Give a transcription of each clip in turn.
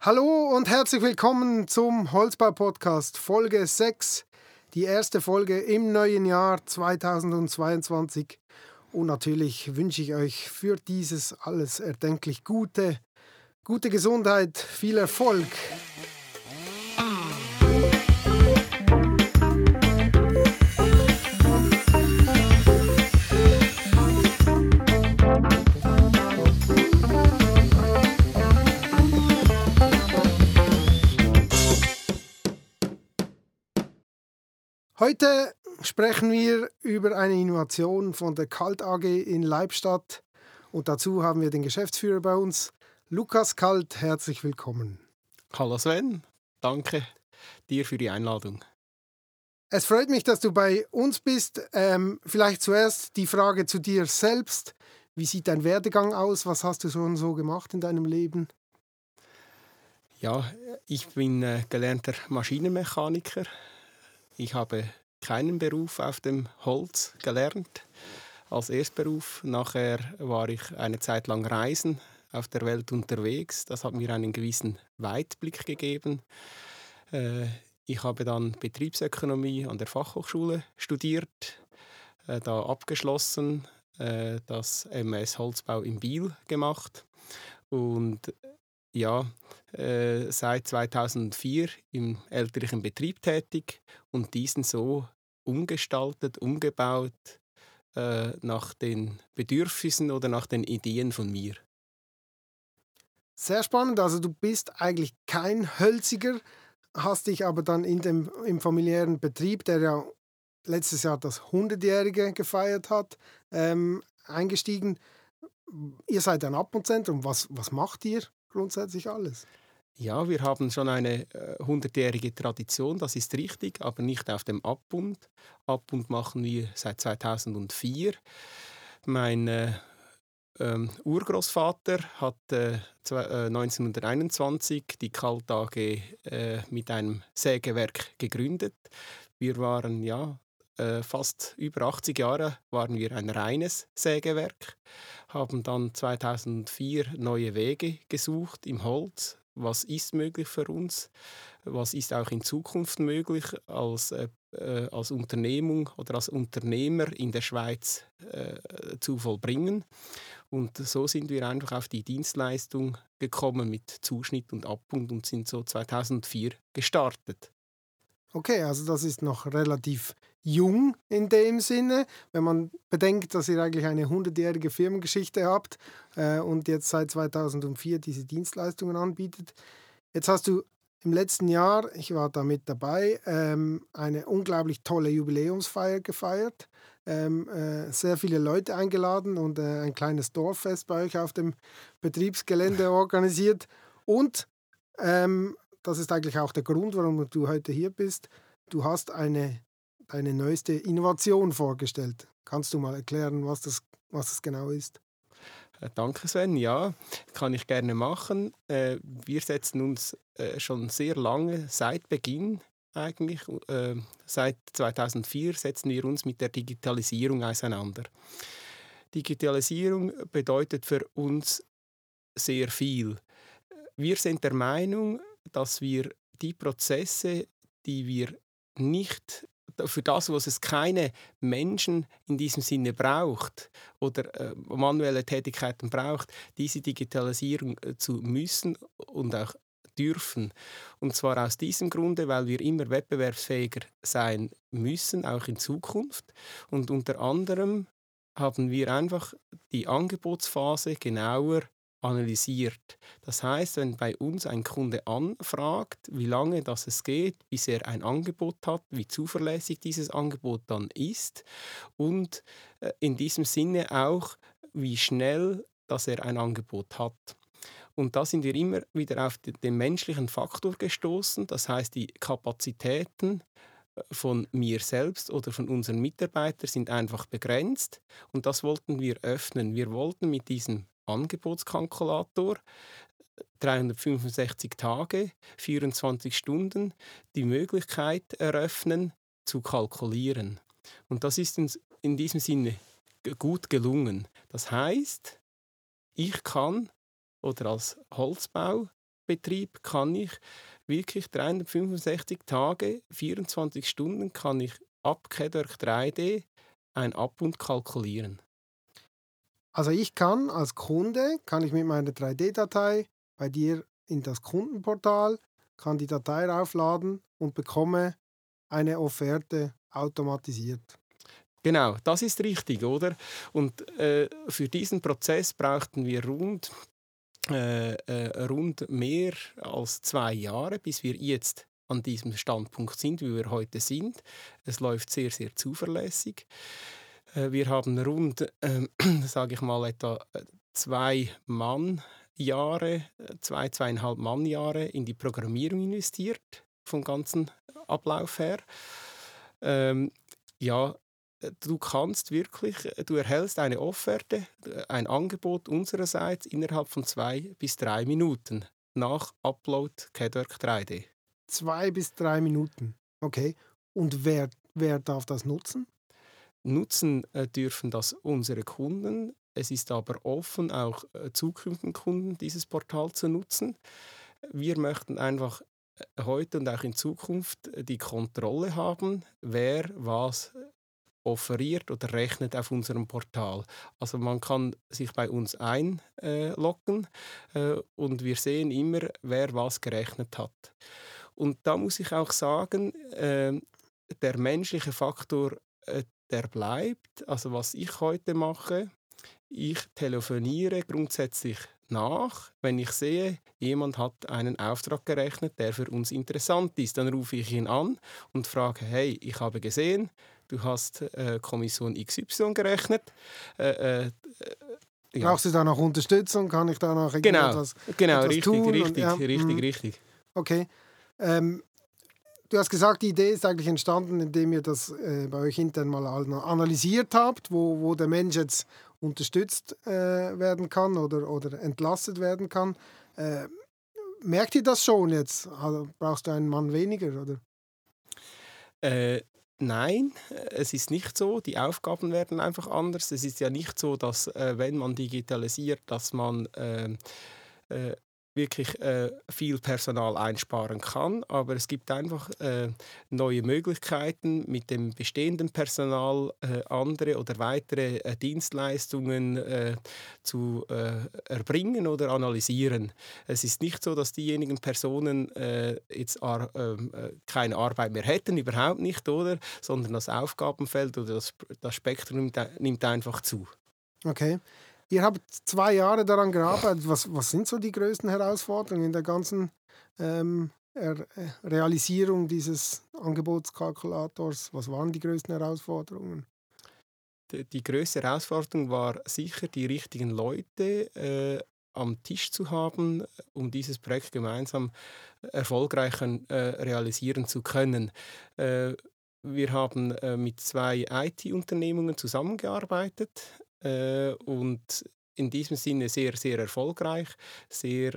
Hallo und herzlich willkommen zum Holzbau-Podcast Folge 6, die erste Folge im neuen Jahr 2022. Und natürlich wünsche ich euch für dieses alles erdenklich gute Gesundheit, viel Erfolg. Heute sprechen wir über eine Innovation von der Kalt AG in Leibstadt und dazu haben wir den Geschäftsführer bei uns, Lukas Kalt. Herzlich willkommen. Hallo Sven, danke dir für die Einladung. Es freut mich, dass du bei uns bist. Vielleicht zuerst die Frage zu dir selbst. Wie sieht dein Werdegang aus? Was hast du schon so gemacht in deinem Leben? Ja, ich bin gelernter Maschinenmechaniker. Ich habe keinen Beruf auf dem Holz gelernt als Erstberuf. Nachher war ich eine Zeit lang reisen, auf der Welt unterwegs. Das hat mir einen gewissen Weitblick gegeben. Ich habe dann Betriebsökonomie an der Fachhochschule studiert, da abgeschlossen, das MS Holzbau in Biel gemacht und ja, seit 2004 im elterlichen Betrieb tätig und diesen so umgestaltet, umgebaut nach den Bedürfnissen oder nach den Ideen von mir. Sehr spannend. Also du bist eigentlich kein Hölziger, hast dich aber dann im familiären Betrieb, der ja letztes Jahr das 100-jährige gefeiert hat, eingestiegen. Ihr seid ein Abbundzentrum. Was macht ihr grundsätzlich alles? Ja, wir haben schon eine 100-jährige Tradition, das ist richtig, aber nicht auf dem Abbund. Abbund machen wir seit 2004. Mein Urgroßvater hat 1921 die Kalt AG mit einem Sägewerk gegründet. Wir waren fast über 80 Jahre waren wir ein reines Sägewerk, haben dann 2004 neue Wege gesucht im Holz. Was ist möglich für uns? Was ist auch in Zukunft möglich als Unternehmung oder als Unternehmer in der Schweiz zu vollbringen? Und so sind wir einfach auf die Dienstleistung gekommen mit Zuschnitt und Abbund und sind so 2004 gestartet. Okay, also das ist noch relativ jung in dem Sinne, wenn man bedenkt, dass ihr eigentlich eine 100-jährige Firmengeschichte habt und jetzt seit 2004 diese Dienstleistungen anbietet. Jetzt hast du im letzten Jahr, ich war da mit dabei, eine unglaublich tolle Jubiläumsfeier gefeiert, sehr viele Leute eingeladen und ein kleines Dorffest bei euch auf dem Betriebsgelände organisiert und das ist eigentlich auch der Grund, warum du heute hier bist. Du hast deine neueste Innovation vorgestellt. Kannst du mal erklären, was das genau ist? Danke Sven, ja, kann ich gerne machen. Wir setzen uns schon sehr lange, seit Beginn eigentlich, seit 2004 setzen wir uns mit der Digitalisierung auseinander. Digitalisierung bedeutet für uns sehr viel. Wir sind der Meinung, dass wir die Prozesse, die wir nicht für das, was es keine Menschen in diesem Sinne braucht oder manuelle Tätigkeiten braucht, diese Digitalisierung zu müssen und auch dürfen. Und zwar aus diesem Grunde, weil wir immer wettbewerbsfähiger sein müssen, auch in Zukunft. Und unter anderem haben wir einfach die Angebotsphase genauer analysiert. Das heißt, wenn bei uns ein Kunde anfragt, wie lange das es geht, bis er ein Angebot hat, wie zuverlässig dieses Angebot dann ist und in diesem Sinne auch, wie schnell dass er ein Angebot hat. Und da sind wir immer wieder auf den menschlichen Faktor gestoßen, das heißt die Kapazitäten von mir selbst oder von unseren Mitarbeitern sind einfach begrenzt und das wollten wir öffnen. Wir wollten mit diesem Angebotskalkulator 365 Tage, 24 Stunden die Möglichkeit eröffnen, zu kalkulieren. Und das ist uns in diesem Sinne gut gelungen. Das heißt, ich kann oder als Holzbau Vollbetrieb kann ich wirklich 365 Tage, 24 Stunden kann ich ab KEDWORK 3D ein Ab- und kalkulieren. Also ich kann als Kunde, kann ich mit meiner 3D-Datei bei dir in das Kundenportal, kann die Datei raufladen und bekomme eine Offerte automatisiert. Genau, das ist richtig, oder? Und für diesen Prozess brauchten wir rund mehr als 2 Jahre, bis wir jetzt an diesem Standpunkt sind, wie wir heute sind. Es läuft sehr, sehr zuverlässig. Wir haben rund, sage ich mal, etwa 2 Mannjahre, 2,5 Mannjahre in die Programmierung investiert, vom ganzen Ablauf her. Ja, du kannst wirklich, du erhältst eine Offerte, ein Angebot unsererseits innerhalb von 2 bis 3 Minuten nach Upload KEDWORK 3D. 2 bis 3 Minuten. Okay. Und wer darf das nutzen? Nutzen dürfen das unsere Kunden. Es ist aber offen, auch zukünftigen Kunden dieses Portal zu nutzen. Wir möchten einfach heute und auch in Zukunft die Kontrolle haben, wer was offeriert oder rechnet auf unserem Portal. Also man kann sich bei uns einloggen und wir sehen immer, wer was gerechnet hat. Und da muss ich auch sagen, der menschliche Faktor, der bleibt. Also was ich heute mache, ich telefoniere grundsätzlich nach, wenn ich sehe, jemand hat einen Auftrag gerechnet, der für uns interessant ist. Dann rufe ich ihn an und frage, hey, ich habe gesehen, du hast Kommission XY gerechnet. Ja, Brauchst du da noch Unterstützung? Kann ich da noch genau, irgendetwas genau, etwas richtig, tun? Und, richtig, richtig, richtig. okay. Ähm, Du hast gesagt, die Idee ist eigentlich entstanden, indem ihr das bei euch intern mal analysiert habt, wo der Mensch jetzt unterstützt werden kann oder entlastet werden kann. Äh, Merkt ihr das schon jetzt? Also brauchst du einen Mann weniger? Oder? Äh, nein, es ist nicht so. Die Aufgaben werden einfach anders. Es ist ja nicht so, dass wenn man digitalisiert, dass man äh, wirklich viel Personal einsparen kann. Aber es gibt einfach neue Möglichkeiten, mit dem bestehenden Personal andere oder weitere Dienstleistungen zu erbringen oder analysieren. Es ist nicht so, dass diejenigen Personen jetzt keine Arbeit mehr hätten, überhaupt nicht, oder? Sondern das Aufgabenfeld oder das Spektrum nimmt einfach zu. Okay. Ihr habt 2 Jahre daran gearbeitet. Was sind so die größten Herausforderungen in der ganzen Realisierung dieses Angebotskalkulators? Was waren die größten Herausforderungen? Die grösste Herausforderung war sicher, die richtigen Leute am Tisch zu haben, um dieses Projekt gemeinsam erfolgreich realisieren zu können. Wir haben mit 2 IT-Unternehmungen zusammengearbeitet und in diesem Sinne sehr, sehr erfolgreich, sehr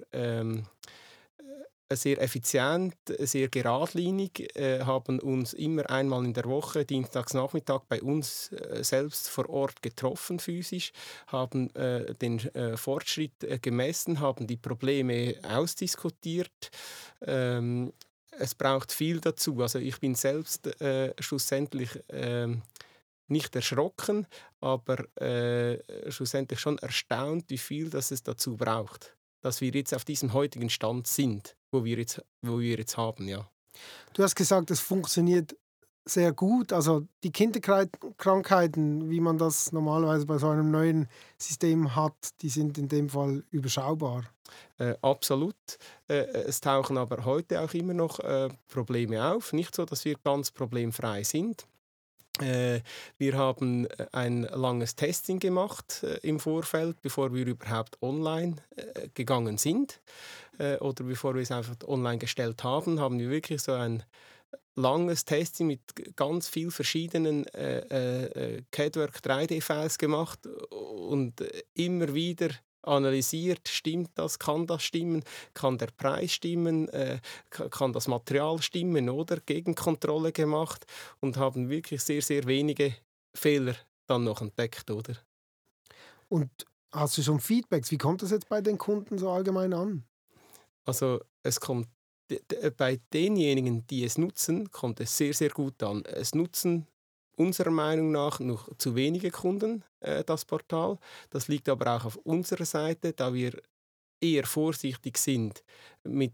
sehr effizient, sehr geradlinig, haben uns immer einmal in der Woche, Dienstagsnachmittag, bei uns selbst vor Ort getroffen, physisch, haben den Fortschritt gemessen, haben die Probleme ausdiskutiert. Es braucht viel dazu. Also ich bin selbst schlussendlich nicht erschrocken, aber schlussendlich schon erstaunt, wie viel das es dazu braucht, dass wir jetzt auf diesem heutigen Stand sind, wo wir jetzt haben, ja. Du hast gesagt, es funktioniert sehr gut. Also die Kinderkrankheiten, wie man das normalerweise bei so einem neuen System hat, die sind in dem Fall überschaubar. Absolut. Es tauchen aber heute auch immer noch Probleme auf. Nicht so, dass wir ganz problemfrei sind. Wir haben ein langes Testing gemacht im Vorfeld, bevor wir überhaupt online gegangen sind oder bevor wir es einfach online gestellt haben, haben wir wirklich so ein langes Testing mit ganz vielen verschiedenen KEDWORK 3D-Files gemacht und immer wieder analysiert, stimmt das, kann das stimmen, kann der Preis stimmen, kann das Material stimmen, oder? Gegenkontrolle gemacht und haben wirklich sehr, sehr wenige Fehler dann noch entdeckt, oder? Und hast du schon Feedbacks? Wie kommt das jetzt bei den Kunden so allgemein an? Also es kommt bei denjenigen, die es nutzen, kommt es sehr, sehr gut an. Es nutzen unserer Meinung nach noch zu wenige Kunden das Portal. Das liegt aber auch auf unserer Seite, da wir eher vorsichtig sind mit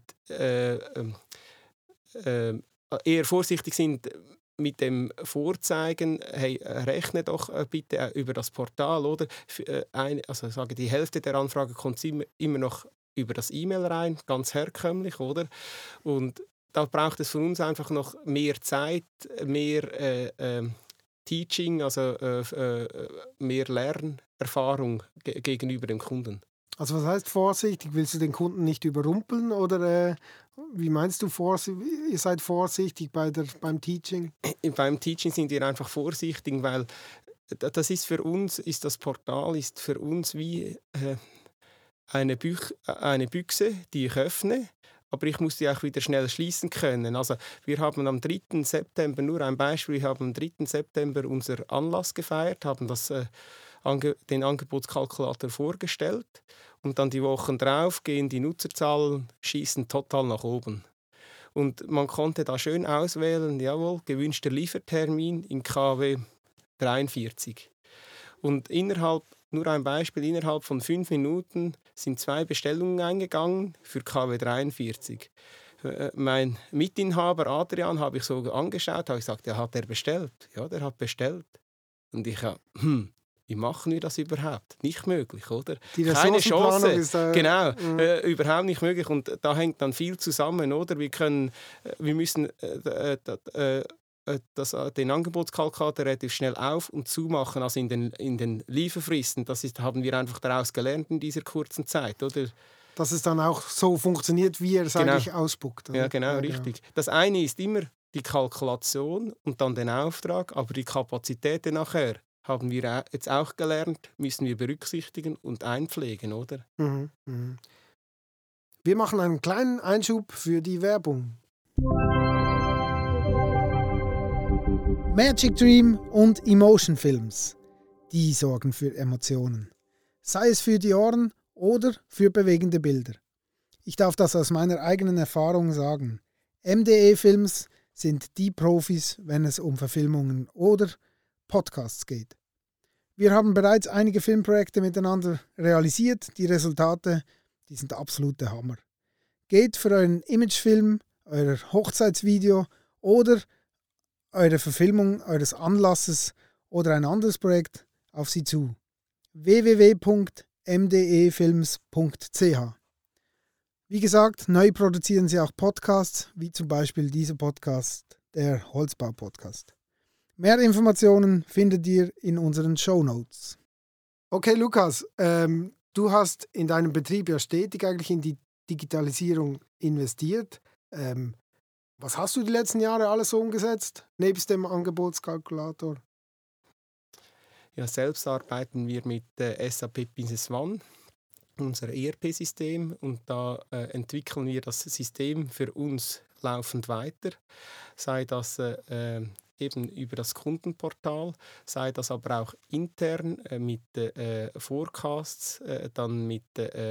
äh, eher vorsichtig sind mit dem Vorzeigen, hey, rechne doch bitte über das Portal, oder? Also sage, die Hälfte der Anfragen kommt immer noch über das E-Mail rein, ganz herkömmlich, oder? Und da braucht es von uns einfach noch mehr Zeit, mehr Teaching, also mehr Lernerfahrung gegenüber dem Kunden. Also was heißt vorsichtig? Willst du den Kunden nicht überrumpeln oder wie meinst du, ihr seid vorsichtig beim Teaching? Beim Teaching sind wir einfach vorsichtig, weil das ist für uns, ist das Portal ist für uns wie eine Büchse, die ich öffne, aber ich muss die auch wieder schnell schließen können. Also wir haben am 3. September, nur ein Beispiel, wir haben am 3. September unser Anlass gefeiert, haben den Angebotskalkulator vorgestellt und dann die Wochen drauf gehen die Nutzerzahlen, schießen total nach oben. Und man konnte da schön auswählen, jawohl, gewünschter Liefertermin in KW 43. Und nur ein Beispiel, innerhalb von 5 Minuten sind 2 Bestellungen eingegangen für KW 43. Mein Mitinhaber Adrian habe ich so angeschaut, habe ich gesagt, ja, hat er bestellt? Ja, der hat bestellt. Und ich wie machen wir das überhaupt? Nicht möglich, oder? Die Keine Chance. Ist Genau, überhaupt nicht möglich. Und da hängt dann viel zusammen, oder? Wir müssen den Angebotskalkulator relativ schnell auf- und zumachen, also in den Lieferfristen. Haben wir einfach daraus gelernt in dieser kurzen Zeit, oder? dass es dann auch so funktioniert, wie er es Genau. eigentlich ausspuckt. Oder? Ja, genau, richtig. Das eine ist immer die Kalkulation und dann den Auftrag, aber die Kapazität nachher haben wir jetzt auch gelernt, müssen wir berücksichtigen und einpflegen, oder? Mhm. Mhm. Wir machen einen kleinen Einschub für die Werbung. Magic Dream und Emotion Films, die sorgen für Emotionen. Sei es für die Ohren oder für bewegende Bilder. Ich darf das aus meiner eigenen Erfahrung sagen. MDE Films sind die Profis, wenn es um Verfilmungen oder Podcasts geht. Wir haben bereits einige Filmprojekte miteinander realisiert. Die Resultate, die sind absolut der Hammer. Geht für euren Imagefilm, euer Hochzeitsvideo oder eure Verfilmung eures Anlasses oder ein anderes Projekt auf sie zu. www.mdefilms.ch. Wie gesagt, neu produzieren sie auch Podcasts, wie zum Beispiel dieser Podcast, der Holzbau-Podcast. Mehr Informationen findet ihr in unseren Shownotes. Okay, Lukas, du hast in deinem Betrieb ja stetig eigentlich in die Digitalisierung investiert. Was hast du die letzten Jahre alles so umgesetzt, nebst dem Angebotskalkulator? Ja, selbst arbeiten wir mit SAP Business One, unser ERP-System, und da entwickeln wir das System für uns laufend weiter, sei das eben über das Kundenportal, sei das aber auch intern mit Forecasts, dann mit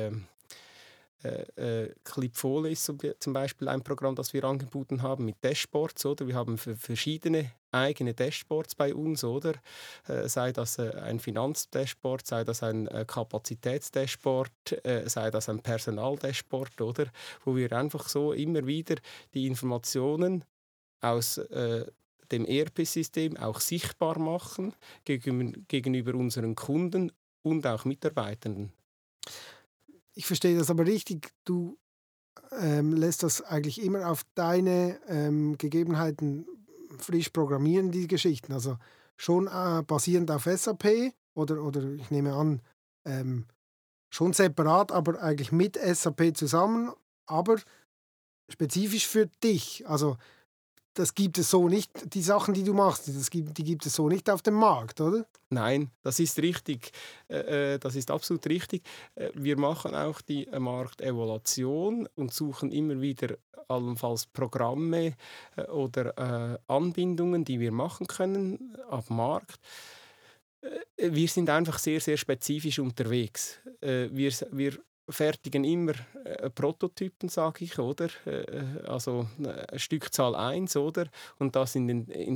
Clipfolio ist zum Beispiel ein Programm, das wir angeboten haben mit Dashboards, oder? Wir haben verschiedene eigene Dashboards bei uns, oder? Sei das ein Finanzdashboard, sei das ein Kapazitätsdashboard, sei das ein Personaldashboard, oder? Wo wir einfach so immer wieder die Informationen aus dem ERP-System auch sichtbar machen gegenüber unseren Kunden und auch Mitarbeitenden. Ich verstehe das aber richtig. Du lässt das eigentlich immer auf deine Gegebenheiten frisch programmieren, die Geschichten. Also schon basierend auf SAP oder ich nehme an, schon separat, aber eigentlich mit SAP zusammen, aber spezifisch für dich. Also das gibt es so nicht, die Sachen, die du machst, die gibt es so nicht auf dem Markt, oder? Nein, das ist richtig. Das ist absolut richtig. Wir machen auch die Marktevaluation und suchen immer wieder allenfalls Programme oder Anbindungen, die wir machen können am Markt. Wir sind einfach sehr, sehr spezifisch unterwegs. Wir fertigen immer Prototypen, sage ich, oder? Also Stückzahl 1, oder? Und das in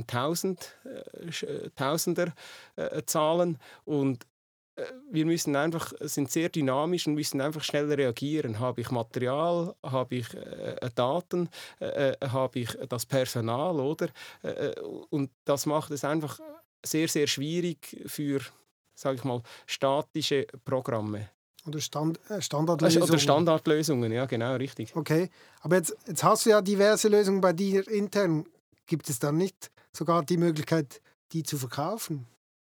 Tausender Zahlen. Und wir müssen einfach, sind sehr dynamisch und müssen einfach schnell reagieren. Habe ich Material, habe ich Daten, habe ich das Personal, oder? Und das macht es einfach sehr, sehr schwierig für, sage ich mal, statische Programme. Oder Oder Standardlösungen. Standardlösungen, ja, genau, richtig. Okay, aber jetzt hast du ja diverse Lösungen bei dir intern. Gibt es dann nicht sogar die Möglichkeit, die zu verkaufen?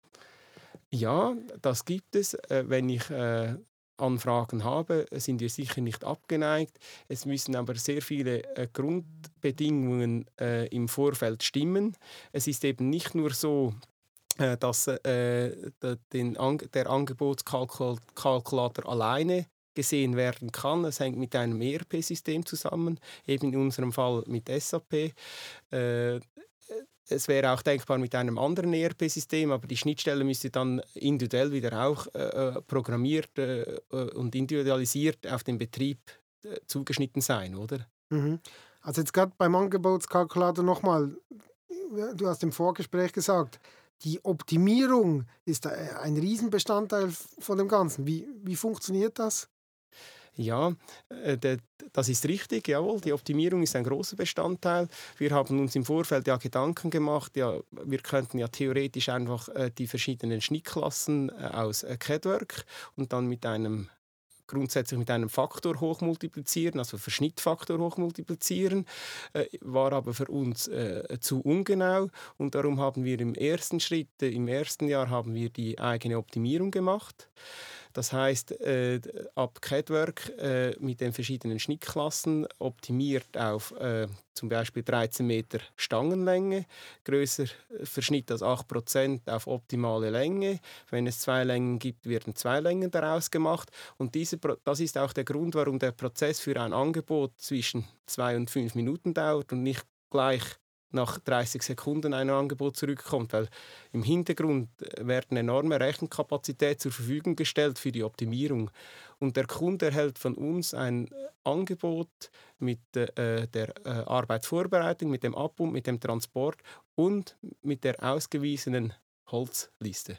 Ja, das gibt es. Wenn ich Anfragen habe, sind wir sicher nicht abgeneigt. Es müssen aber sehr viele Grundbedingungen im Vorfeld stimmen. Es ist eben nicht nur so, dass der Angebotskalkulator alleine gesehen werden kann. Es hängt mit einem ERP-System zusammen, eben in unserem Fall mit SAP. Äh, Es wäre auch denkbar mit einem anderen ERP-System, aber die Schnittstelle müsste dann individuell wieder auch programmiert und individualisiert auf den Betrieb zugeschnitten sein, oder? Mhm. Also jetzt gerade beim Angebotskalkulator nochmal, du hast im Vorgespräch gesagt, die Optimierung ist ein Riesenbestandteil von dem Ganzen. Wie funktioniert das? Ja, das ist richtig, jawohl. Die Optimierung ist ein großer Bestandteil. Wir haben uns im Vorfeld ja Gedanken gemacht, ja, wir könnten ja theoretisch einfach die verschiedenen Schnittklassen aus CAD-Work und dann grundsätzlich mit einem Faktor hochmultiplizieren, also Verschnittfaktor hochmultiplizieren, war aber für uns zu ungenau und darum haben wir im ersten Schritt, im ersten Jahr haben wir die eigene Optimierung gemacht. Das heißt, ab CAD-Work mit den verschiedenen Schnittklassen optimiert auf zum Beispiel 13 Meter Stangenlänge, größer Verschnitt als 8% auf optimale Länge. Wenn es 2 Längen gibt, werden 2 Längen daraus gemacht. Und das ist auch der Grund, warum der Prozess für ein Angebot zwischen 2 und 5 Minuten dauert und nicht gleich nach 30 Sekunden ein Angebot zurückkommt, weil im Hintergrund werden enorme Rechenkapazität zur Verfügung gestellt für die Optimierung. Und der Kunde erhält von uns ein Angebot mit der Arbeitsvorbereitung, mit dem Abbund, mit dem Transport und mit der ausgewiesenen Holzliste.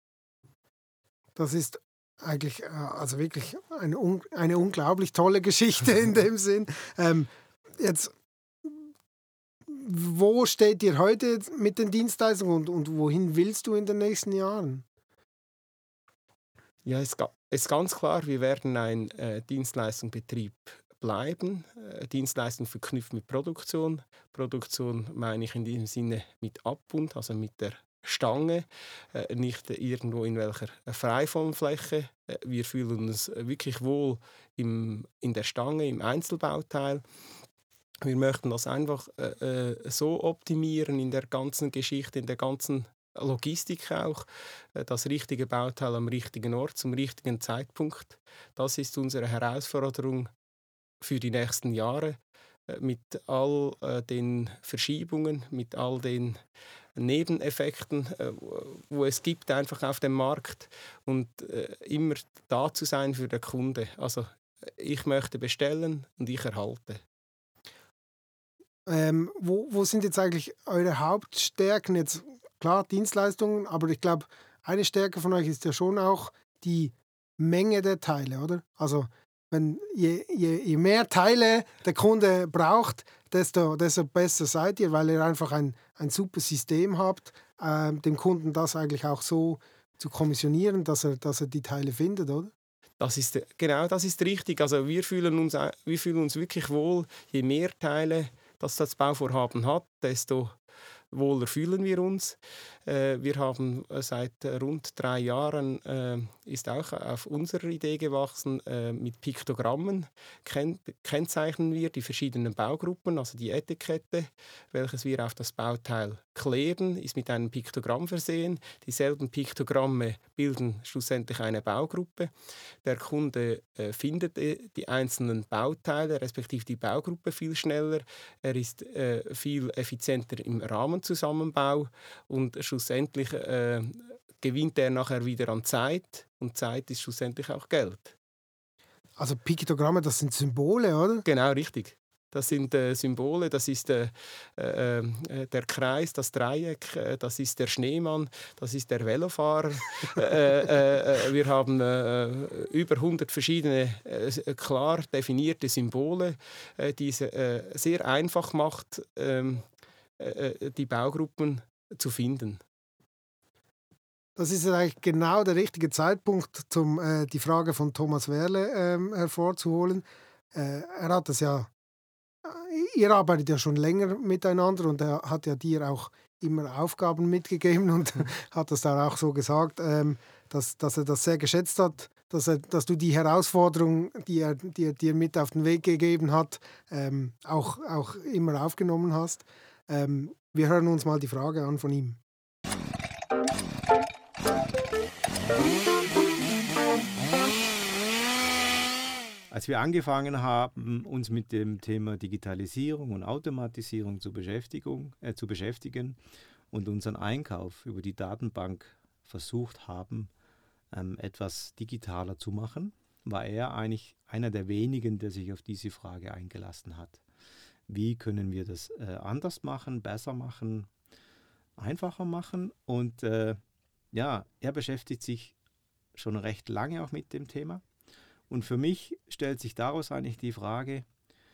Das ist eigentlich also wirklich eine unglaublich tolle Geschichte in dem Sinn. Jetzt, wo steht ihr heute mit den Dienstleistungen und wohin willst du in den nächsten Jahren? Ja, es ist ganz klar, wir werden ein Dienstleistungsbetrieb bleiben. Dienstleistung verknüpft mit Produktion. Produktion meine ich in diesem Sinne mit Abbund, also mit der Stange, nicht irgendwo in welcher Freiformfläche. Wir fühlen uns wirklich wohl in der Stange, im Einzelbauteil. Wir möchten das einfach so optimieren in der ganzen Geschichte, in der ganzen Logistik auch, das richtige Bauteil am richtigen Ort zum richtigen Zeitpunkt. Das ist unsere Herausforderung für die nächsten Jahre mit all den Verschiebungen, mit all den Nebeneffekten, wo es gibt einfach auf dem Markt und immer da zu sein für den Kunde. Also ich möchte bestellen und ich erhalte. Wo sind jetzt eigentlich eure Hauptstärken? Jetzt klar Dienstleistungen, aber ich glaube, eine Stärke von euch ist ja schon auch die Menge der Teile, oder? Also wenn je mehr Teile der Kunde braucht, desto besser seid ihr, weil ihr einfach ein super System habt, dem Kunden das eigentlich auch so zu kommissionieren, dass er die Teile findet, oder? Genau, das ist richtig. Also wir fühlen uns wirklich wohl, je mehr Teile das Bauvorhaben hat, desto wohler fühlen wir uns. Wir haben seit rund 3 Jahren, ist auch auf unserer Idee gewachsen, mit Piktogrammen kennzeichnen wir die verschiedenen Baugruppen, also die Etikette, welches wir auf das Bauteil kleben, ist mit einem Piktogramm versehen. Dieselben Piktogramme bilden schlussendlich eine Baugruppe. Der Kunde findet die einzelnen Bauteile, respektive die Baugruppe viel schneller. Er ist viel effizienter im Rahmenzusammenbau und schlussendlich gewinnt er nachher wieder an Zeit und Zeit ist schlussendlich auch Geld. Also Piktogramme, das sind Symbole, oder? Genau, richtig. Das sind Symbole, das ist der Kreis, das Dreieck, das ist der Schneemann, das ist der Velofahrer. Wir haben über 100 verschiedene klar definierte Symbole, die es sehr einfach macht, die Baugruppen zu finden. Das ist eigentlich genau der richtige Zeitpunkt, um die Frage von Thomas Wehrle hervorzuholen. Er hat das ja, ihr arbeitet ja schon länger miteinander und er hat ja dir auch immer Aufgaben mitgegeben und hat das dann auch so gesagt, dass er das sehr geschätzt hat, dass du die Herausforderung, die er dir mit auf den Weg gegeben hat, auch immer aufgenommen hast. Wir hören uns mal die Frage an von ihm. Als wir angefangen haben, uns mit dem Thema Digitalisierung und Automatisierung zu beschäftigen und unseren Einkauf über die Datenbank versucht haben, etwas digitaler zu machen, war er eigentlich einer der wenigen, der sich auf diese Frage eingelassen hat. Wie können wir das anders machen, besser machen, einfacher machen? Und er beschäftigt sich schon recht lange auch mit dem Thema. Und für mich stellt sich daraus eigentlich die Frage,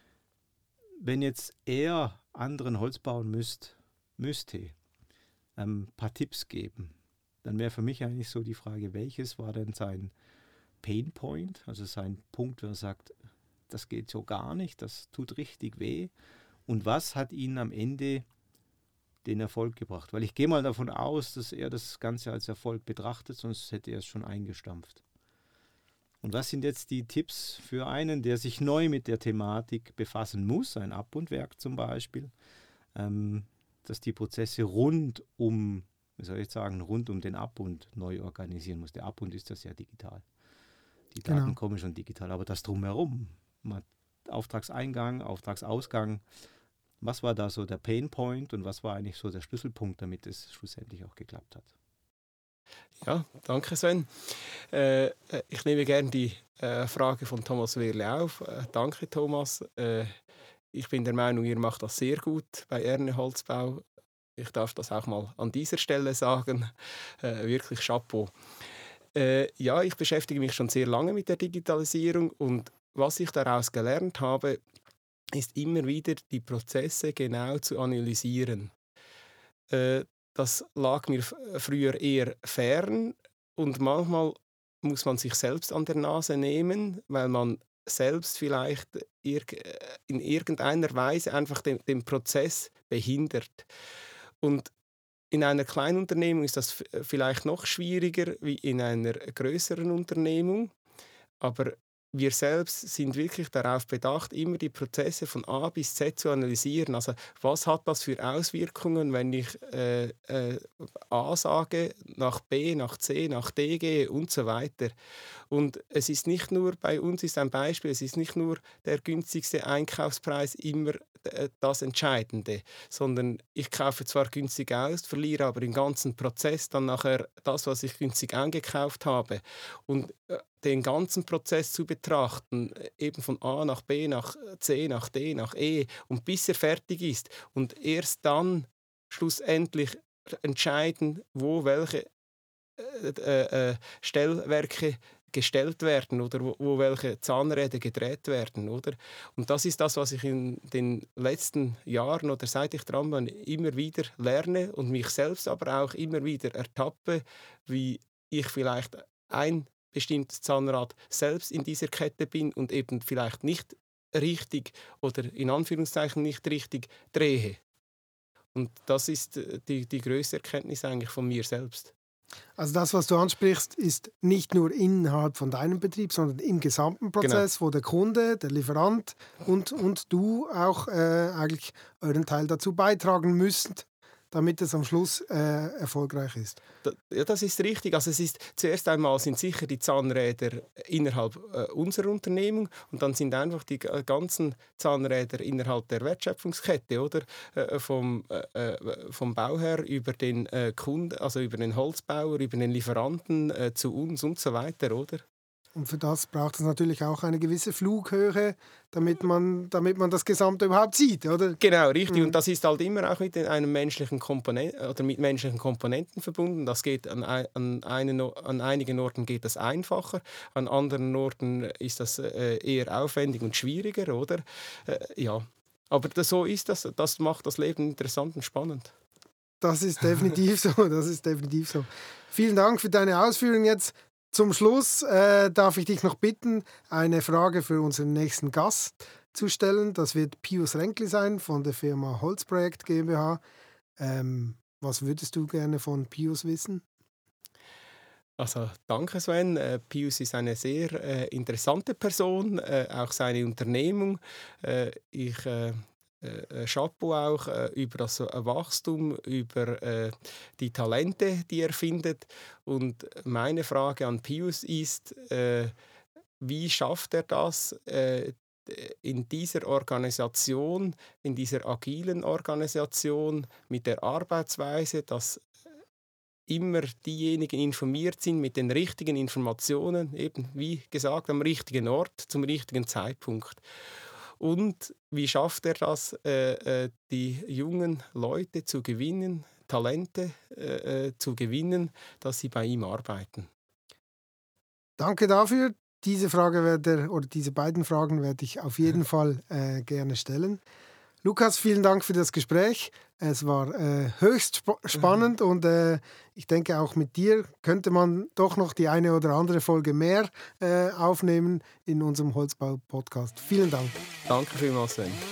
wenn jetzt er anderen Holzbauern müsste ein paar Tipps geben, dann wäre für mich eigentlich so die Frage, welches war denn sein Painpoint, also sein Punkt, wo er sagt, das geht so gar nicht, das tut richtig weh. Und was hat ihn am Ende den Erfolg gebracht? Weil ich gehe mal davon aus, dass er das Ganze als Erfolg betrachtet, sonst hätte er es schon eingestampft. Und was sind jetzt die Tipps für einen, der sich neu mit der Thematik befassen muss, ein Abbundwerk zum Beispiel, dass die Prozesse rund um den Abbund neu organisieren muss. Der Abbund ist das ja digital. Die Daten kommen schon digital, aber das Drumherum, Auftragseingang, Auftragsausgang, was war da so der Painpoint und was war eigentlich so der Schlüsselpunkt, damit es schlussendlich auch geklappt hat? Ja, danke Sven. Ich nehme gerne die Frage von Thomas Wehrle auf. Danke Thomas. Ich bin der Meinung, ihr macht das sehr gut bei Erne Holzbau. Ich darf das auch mal an dieser Stelle sagen. Wirklich Chapeau. Ja, ich beschäftige mich schon sehr lange mit der Digitalisierung und was ich daraus gelernt habe, ist immer wieder die Prozesse genau zu analysieren. Das lag mir früher eher fern und manchmal muss man sich selbst an der Nase nehmen, weil man selbst vielleicht in irgendeiner Weise einfach den Prozess behindert. Und in einer Kleinunternehmung ist das vielleicht noch schwieriger wie in einer größeren Unternehmung, aber wir selbst sind wirklich darauf bedacht, immer die Prozesse von A bis Z zu analysieren. Also was hat das für Auswirkungen, wenn ich A sage, nach B, nach C, nach D gehe und so weiter. Und es ist nicht nur, bei uns ist ein Beispiel, es ist nicht nur der günstigste Einkaufspreis immer das Entscheidende, sondern ich kaufe zwar günstig aus, verliere aber im ganzen Prozess dann nachher das, was ich günstig eingekauft habe. Und den ganzen Prozess zu betrachten, eben von A nach B, nach C, nach D, nach E und bis er fertig ist und erst dann schlussendlich entscheiden, wo welche Stellwerke gestellt werden oder wo welche Zahnräder gedreht werden, oder? Und das ist das, was ich in den letzten Jahren oder seit ich dran bin, immer wieder lerne und mich selbst aber auch immer wieder ertappe, wie ich vielleicht ein bestimmtes Zahnrad selbst in dieser Kette bin und eben vielleicht nicht richtig oder in Anführungszeichen nicht richtig drehe. Und das ist die größte Erkenntnis eigentlich von mir selbst. Also das, was du ansprichst, ist nicht nur innerhalb von deinem Betrieb, sondern im gesamten Prozess, genau, wo der Kunde, der Lieferant und du auch eigentlich euren Teil dazu beitragen müsst, damit es am Schluss erfolgreich ist. Ja, das ist richtig. Also es ist, zuerst einmal sind sicher die Zahnräder innerhalb unserer Unternehmung und dann sind einfach die ganzen Zahnräder innerhalb der Wertschöpfungskette, oder? Vom Bauherr über den Kunden, also über den Holzbauer, über den Lieferanten zu uns und so weiter, oder? Und für das braucht es natürlich auch eine gewisse Flughöhe, damit man das Gesamte überhaupt sieht, oder? Genau, richtig. Und das ist halt immer auch mit einem menschlichen Komponenten oder mit menschlichen Komponenten verbunden. Das geht an einigen Orten geht das einfacher, an anderen Orten ist das eher aufwendig und schwieriger, oder? Ja. Aber so ist das. Das macht das Leben interessant und spannend. Das ist definitiv so. Das ist definitiv so. Vielen Dank für deine Ausführungen jetzt. Zum Schluss darf ich dich noch bitten, eine Frage für unseren nächsten Gast zu stellen. Das wird Pius Ränkli sein von der Firma Holzprojekt GmbH. Was würdest du gerne von Pius wissen? Also danke Sven. Pius ist eine sehr interessante Person, auch seine Unternehmung. Ich Chapeau auch über das Wachstum, über die Talente, die er findet. Und meine Frage an Pius ist, wie schafft er das, in dieser Organisation, in dieser agilen Organisation, mit der Arbeitsweise, dass immer diejenigen informiert sind mit den richtigen Informationen, eben wie gesagt, am richtigen Ort, zum richtigen Zeitpunkt. Und wie schafft er das, die jungen Leute zu gewinnen, Talente zu gewinnen, dass sie bei ihm arbeiten? Danke dafür. Diese beiden Fragen werde ich auf jeden Fall gerne stellen. Lukas, vielen Dank für das Gespräch. Es war höchst spannend und ich denke, auch mit dir könnte man doch noch die eine oder andere Folge mehr aufnehmen in unserem Holzbau-Podcast. Vielen Dank. Danke vielmals, Sven.